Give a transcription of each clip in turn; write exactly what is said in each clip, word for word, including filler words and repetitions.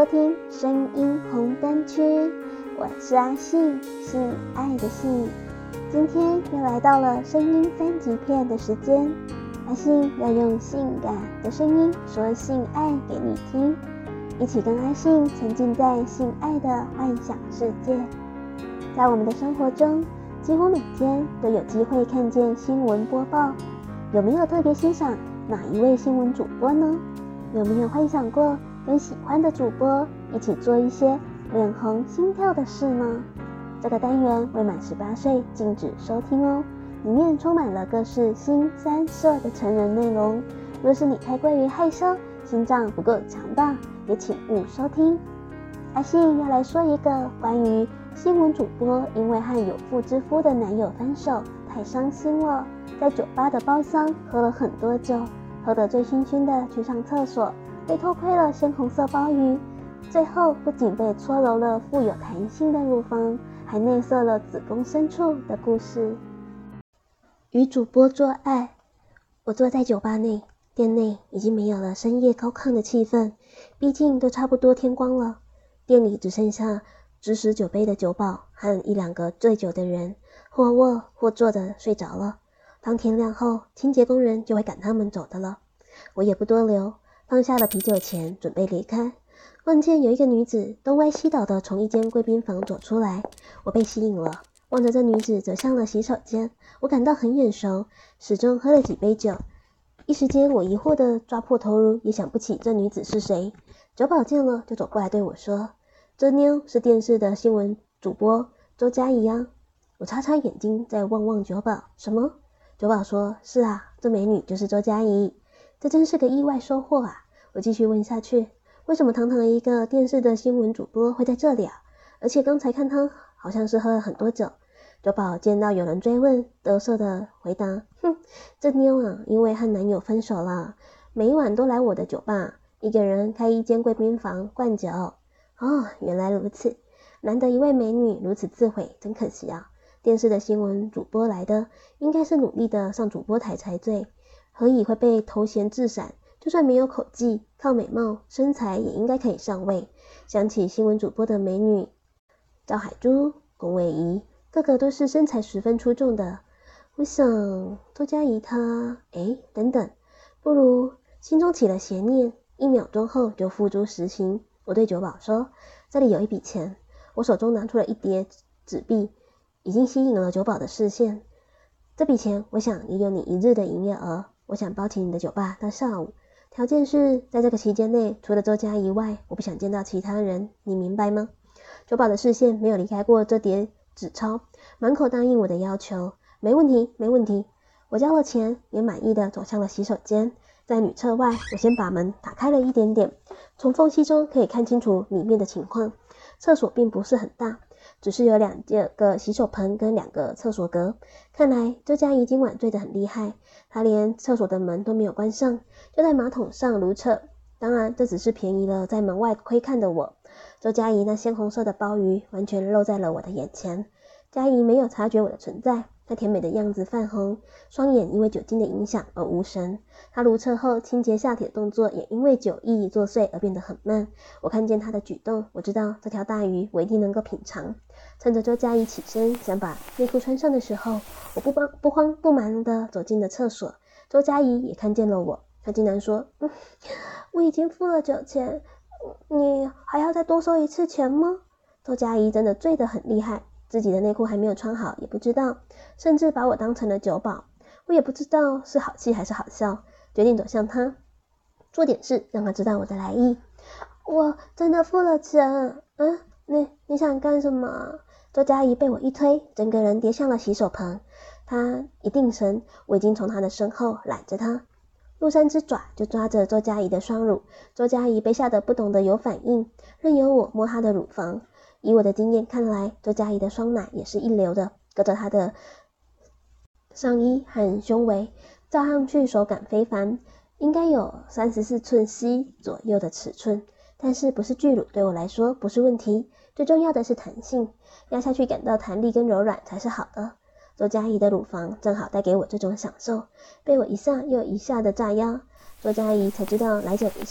收听声音红灯区，我是阿信，性爱的性。今天又来到了声音三级片的时间，阿信要用性感的声音说性爱给你听，一起跟阿信沉浸在性爱的幻想世界。在我们的生活中，几乎每天都有机会看见新闻播报，有没有特别欣赏哪一位新闻主播呢？有没有幻想过跟喜欢的主播一起做一些脸红心跳的事呢？这个单元未满十八岁禁止收听哦，里面充满了各式腥羶色的成人内容，若是你太过于害羞，心脏不够强大，也请勿收听。阿信要来说一个关于新闻主播因为和有妇之夫的男友分手太伤心了，在酒吧的包厢喝了很多酒，喝得醉醺醺的去上厕所，被偷窥了鲜红色鲍鱼，最后不仅被搓揉了富有弹性的乳房，还内射了子宫深处的故事。与主播做爱，我坐在酒吧内，店内已经没有了深夜高亢的气氛，毕竟都差不多天光了，店里只剩下只使酒杯的酒保和一两个醉酒的人，或卧或坐着睡着了。当天亮后，清洁工人就会赶他们走的了。我也不多留，放下了啤酒钱，准备离开，望见有一个女子东歪西倒的从一间贵宾房走出来，我被吸引了，望着这女子走向了洗手间，我感到很眼熟，始终喝了几杯酒，一时间我疑惑的抓破头颅，也想不起这女子是谁。酒保见了就走过来对我说，这妞是电视的新闻主播周佳怡啊。我擦擦眼睛再望望酒保，什么？酒保说，是啊，这美女就是周佳怡。这真是个意外收获啊！我继续问下去，为什么堂堂一个电视的新闻主播会在这里啊？而且刚才看她好像是喝了很多酒。酒保见到有人追问，得瑟的回答，哼，这妞啊，因为和男友分手了，每晚都来我的酒吧，一个人开一间贵宾房灌酒。哦，原来如此，难得一位美女如此自毁，真可惜啊！电视的新闻主播来的，应该是努力的上主播台才对。何以会被头衔致闪？就算没有口技，靠美貌身材也应该可以上位。想起新闻主播的美女赵海珠、龚伟仪，个个都是身材十分出众的。我想周佳怡她……诶，等等，不如……心中起了邪念，一秒钟后就付诸实行。我对酒保说，这里有一笔钱。我手中拿出了一叠纸币，已经吸引了酒保的视线。这笔钱我想也有你一日的营业额，我想包起你的酒吧到下午，条件是在这个期间内，除了周佳怡外，我不想见到其他人，你明白吗？酒保的视线没有离开过这叠纸钞，满口答应我的要求，没问题没问题。我交了钱，也满意的走向了洗手间。在女厕外，我先把门打开了一点点，从缝隙中可以看清楚里面的情况。厕所并不是很大，只是有两个洗手盆跟两个厕所格。看来周佳怡今晚醉得很厉害，她连厕所的门都没有关上，就在马桶上如厕。当然这只是便宜了在门外窥看的我。周佳怡那鲜红色的鲍鱼完全露在了我的眼前。佳怡没有察觉我的存在，她甜美的样子泛红，双眼因为酒精的影响而无神。她如厕后清洁下体的动作也因为酒意作祟而变得很慢。我看见她的举动，我知道这条大鱼我一定能够品尝。趁着周佳怡起身想把内裤穿上的时候，我不慌不慌不忙地走进了厕所。周佳怡也看见了我，她竟然说，嗯，我已经付了酒钱，你还要再多收一次钱吗？周佳怡真的醉得很厉害，自己的内裤还没有穿好也不知道，甚至把我当成了酒保。我也不知道是好气还是好笑，决定走向他，做点事让他知道我的来意。我真的付了钱，嗯，你你想干什么？周佳怡被我一推，整个人跌向了洗手盆。她一定神，我已经从她的身后揽着她，陆三只爪就抓着周佳怡的双乳。周佳怡被吓得不懂得有反应，任由我摸她的乳房。以我的经验看来，周佳怡的双奶也是一流的，隔着她的上衣和胸围，照上去手感非凡，应该有三十四寸 C 左右的尺寸，但是不是巨乳对我来说不是问题，最重要的是弹性，压下去感到弹力跟柔软才是好的。周佳怡的乳房正好带给我这种享受，被我一下又一下的炸压，周佳怡才知道来者不善，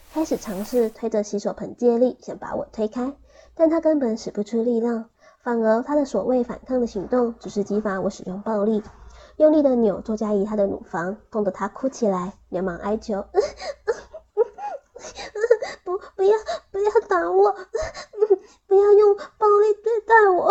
开始尝试推着洗手盆借力，想把我推开，但他根本使不出力量，反而他的所谓反抗的行动只是激发我使用暴力，用力的扭周佳怡她的乳房，痛得她哭起来，连忙哀求不不要不要打我，不要用暴力对待我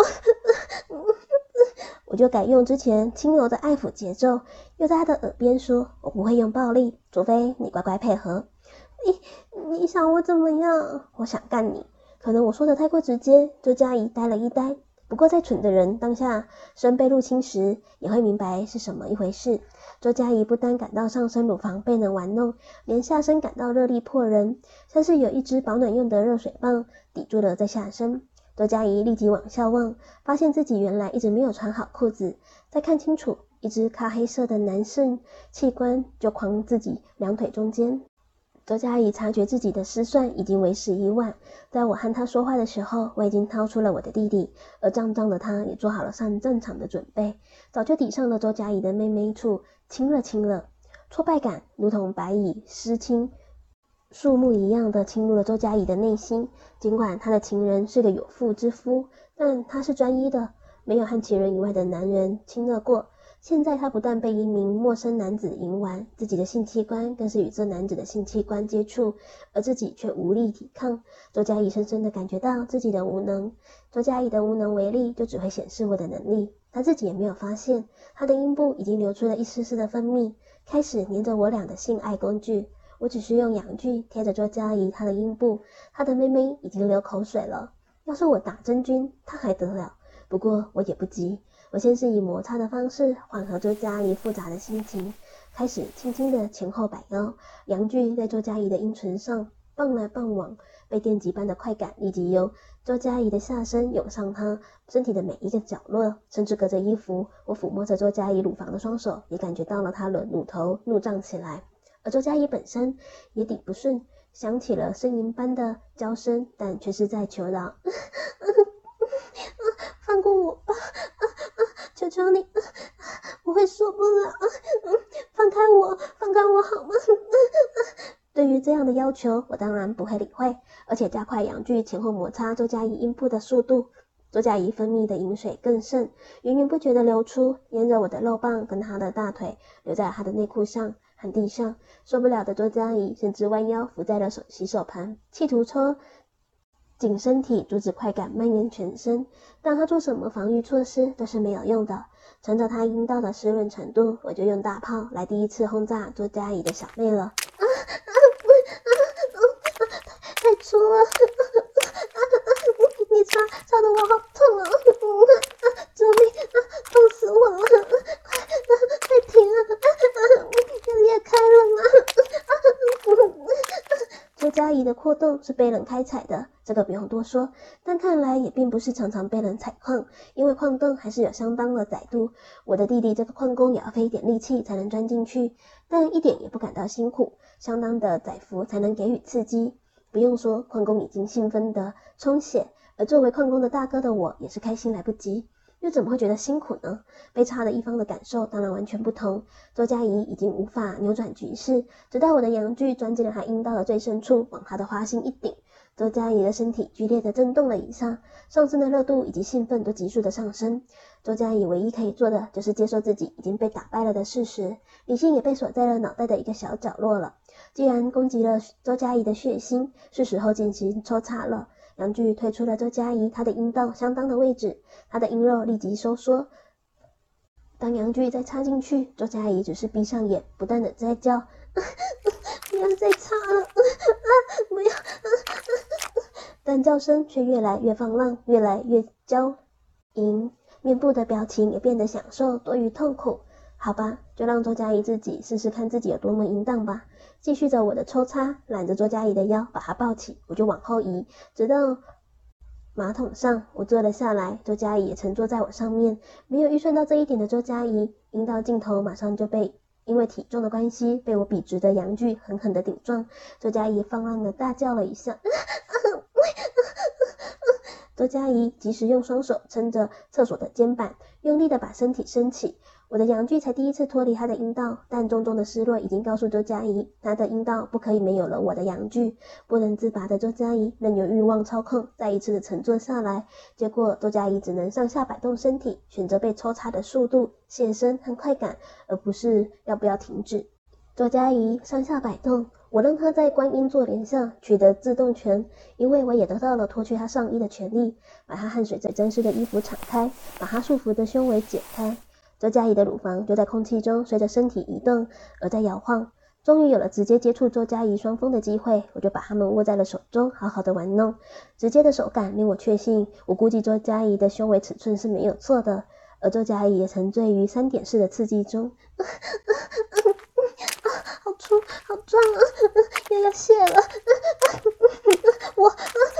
我就改用之前轻柔的爱抚节奏，又在他的耳边说，我不会用暴力，除非你乖乖配合。你你想我怎么样？我想干你。可能我说的太过直接，周佳怡呆了一呆。不过再蠢的人，当下身被入侵时，也会明白是什么一回事。周佳怡不单感到上身乳房被人玩弄，连下身感到热力迫人，像是有一只保暖用的热水棒抵住了在下身。周佳怡立即往下望，发现自己原来一直没有穿好裤子，再看清楚，一只咖黑色的男性器官就框自己两腿中间。周佳怡察觉自己的失算已经为时已晚，在我和他说话的时候，我已经掏出了我的弟弟，而胀胀的他也做好了上战场的准备，早就抵上了周佳怡的妹妹处，亲了亲了。挫败感如同白蚁撕青树木一样的侵入了周佳怡的内心。尽管她的情人是个有妇之夫，但他是专一的，没有和情人以外的男人亲热过。现在他不但被一名陌生男子淫玩，自己的性器官更是与这男子的性器官接触，而自己却无力抵抗。周佳怡深深地感觉到自己的无能，周佳怡的无能为力就只会显示我的能力。她自己也没有发现，她的阴部已经流出了一丝丝的分泌，开始黏着我俩的性爱工具。我只是用阳具贴着周佳怡她的阴部，她的妹妹已经流口水了。要是我打真菌，她还得了。不过我也不急，我先是以摩擦的方式缓和周佳怡复杂的心情，开始轻轻的前后摆腰，阳具在周佳怡的阴唇上蹦来蹦往，被电击般的快感立即由周佳怡的下身涌上她身体的每一个角落，甚至隔着衣服，我抚摸着周佳怡乳房的双手也感觉到了她的乳头怒胀起来，而周佳怡本身也顶不顺，响起了呻吟般的娇声，但却是在求饶放过我吧，求求你，我会受不了，放开我，放开我好吗？对于这样的要求，我当然不会理会，而且加快阳具前后摩擦周佳怡阴部的速度。周佳怡分泌的饮水更甚，源源不绝地流出，沿着我的肉棒跟她的大腿流在她的内裤上和地上。受不了的周佳怡甚至弯腰扶在了手洗手盆，企图抽紧身体阻止快感蔓延全身，但他做什么防御措施都是没有用的。乘着他阴道的湿润程度，我就用大炮来第一次轰炸周佳怡的小妹了。啊啊啊啊啊！太粗了！啊啊啊！你插插得我好痛啊！啊！救命啊！痛死我了！快啊！快停啊！啊啊！裂开了吗？啊啊！周佳怡的扩洞是被人开采的，这个不用多说，但看来也并不是常常被人采矿，因为矿洞还是有相当的窄度。我的弟弟这个矿工也要费一点力气才能钻进去，但一点也不感到辛苦，相当的载浮才能给予刺激。不用说，矿工已经兴奋的充血，而作为矿工的大哥的我也是开心来不及。又怎么会觉得辛苦呢？被插的一方的感受当然完全不同。周佳怡已经无法扭转局势，直到我的阳具钻进了她阴道的最深处，往她的花心一顶，周佳怡的身体剧烈的震动了一下，上身的热度以及兴奋都急速的上升。周佳怡唯一可以做的就是接受自己已经被打败了的事实，理性也被锁在了脑袋的一个小角落了。既然攻击了周佳怡的血腥，是时候进行抽插了。阳具推出了周佳怡她的阴道相当的位置，她的阴肉立即收缩。当阳具再插进去，周佳怡只是闭上眼，不断的在叫，不要再插了，啊，不要，但叫声却越来越放浪，越来越娇淫，面部的表情也变得享受多于痛苦。好吧，就让周佳怡自己试试看自己有多么淫荡吧。继续着我的抽插，揽着周佳怡的腰，把她抱起，我就往后移，直到马桶上，我坐了下来，周佳怡也乘坐在我上面。没有预算到这一点的周佳怡，阴道尽头马上就被因为体重的关系，被我笔直的阳具狠狠的顶撞。周佳怡放浪的大叫了一下。周佳怡及时用双手撑着厕所的肩膀，用力的把身体升起。 我的阳具才第一次脱离他的阴道，但重重的失落已经告诉周佳怡，他的阴道不可以没有了我的阳具。不能自拔的周佳怡任由欲望操控，再一次的沉坐下来，结果周佳怡只能上下摆动身体，选择被抽插的速度、现身和快感，而不是要不要停止。周佳怡上下摆动，我让她在观音坐莲上取得自动权，因为我也得到了脱去她上衣的权利，把她汗水沾湿的衣服敞开，把她束缚的胸围解开。周佳怡的乳房就在空气中随着身体移动而在摇晃，终于有了直接接触周佳怡双峰的机会，我就把它们握在了手中，好好的玩弄。直接的手感令我确信，我估计周佳怡的胸围尺寸是没有错的，而周佳怡也沉醉于三点式的刺激中。好粗，好壮啊！又要泄了！我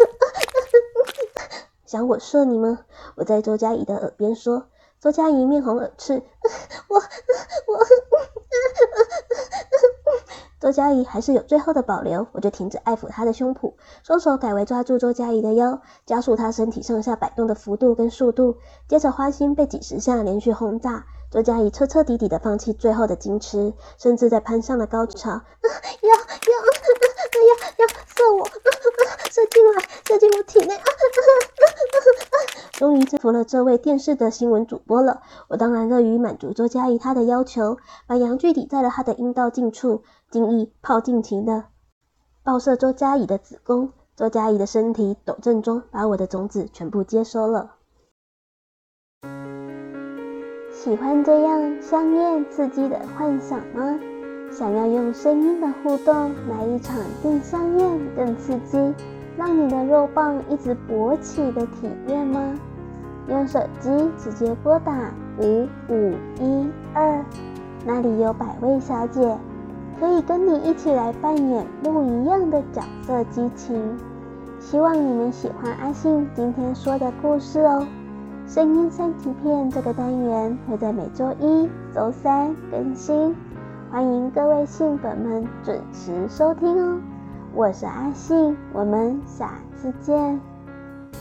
想我射你吗？我在周佳怡的耳边说。周佳怡面红耳赤，我我周佳怡还是有最后的保留，我就停止爱抚她的胸脯，双手改为抓住周佳怡的腰，加速她身体上下摆动的幅度跟速度。接着花心被几十下连续轰炸，周佳怡彻彻底底的放弃最后的矜持，甚至在攀上了高潮。啊、要要要要射我，射进来，射进我体内！啊终于征服了这位电视的新闻主播了，我当然乐于满足周佳怡她的要求，把阳具抵在了她的阴道近处，精液泡尽情的爆射周佳怡的子宫。周佳怡的身体抖震中，把我的种子全部接收了。喜欢这样香艳刺激的幻想吗？想要用声音的互动来一场更香艳更刺激，让你的肉棒一直勃起的体验吗？用手机直接拨打五五一二，那里有百位小姐，可以跟你一起来扮演不一样的角色激情。希望你们喜欢阿信今天说的故事哦。声音三级片这个单元会在每周一、周三更新，欢迎各位信粉们准时收听哦。我是阿信，我们下次见。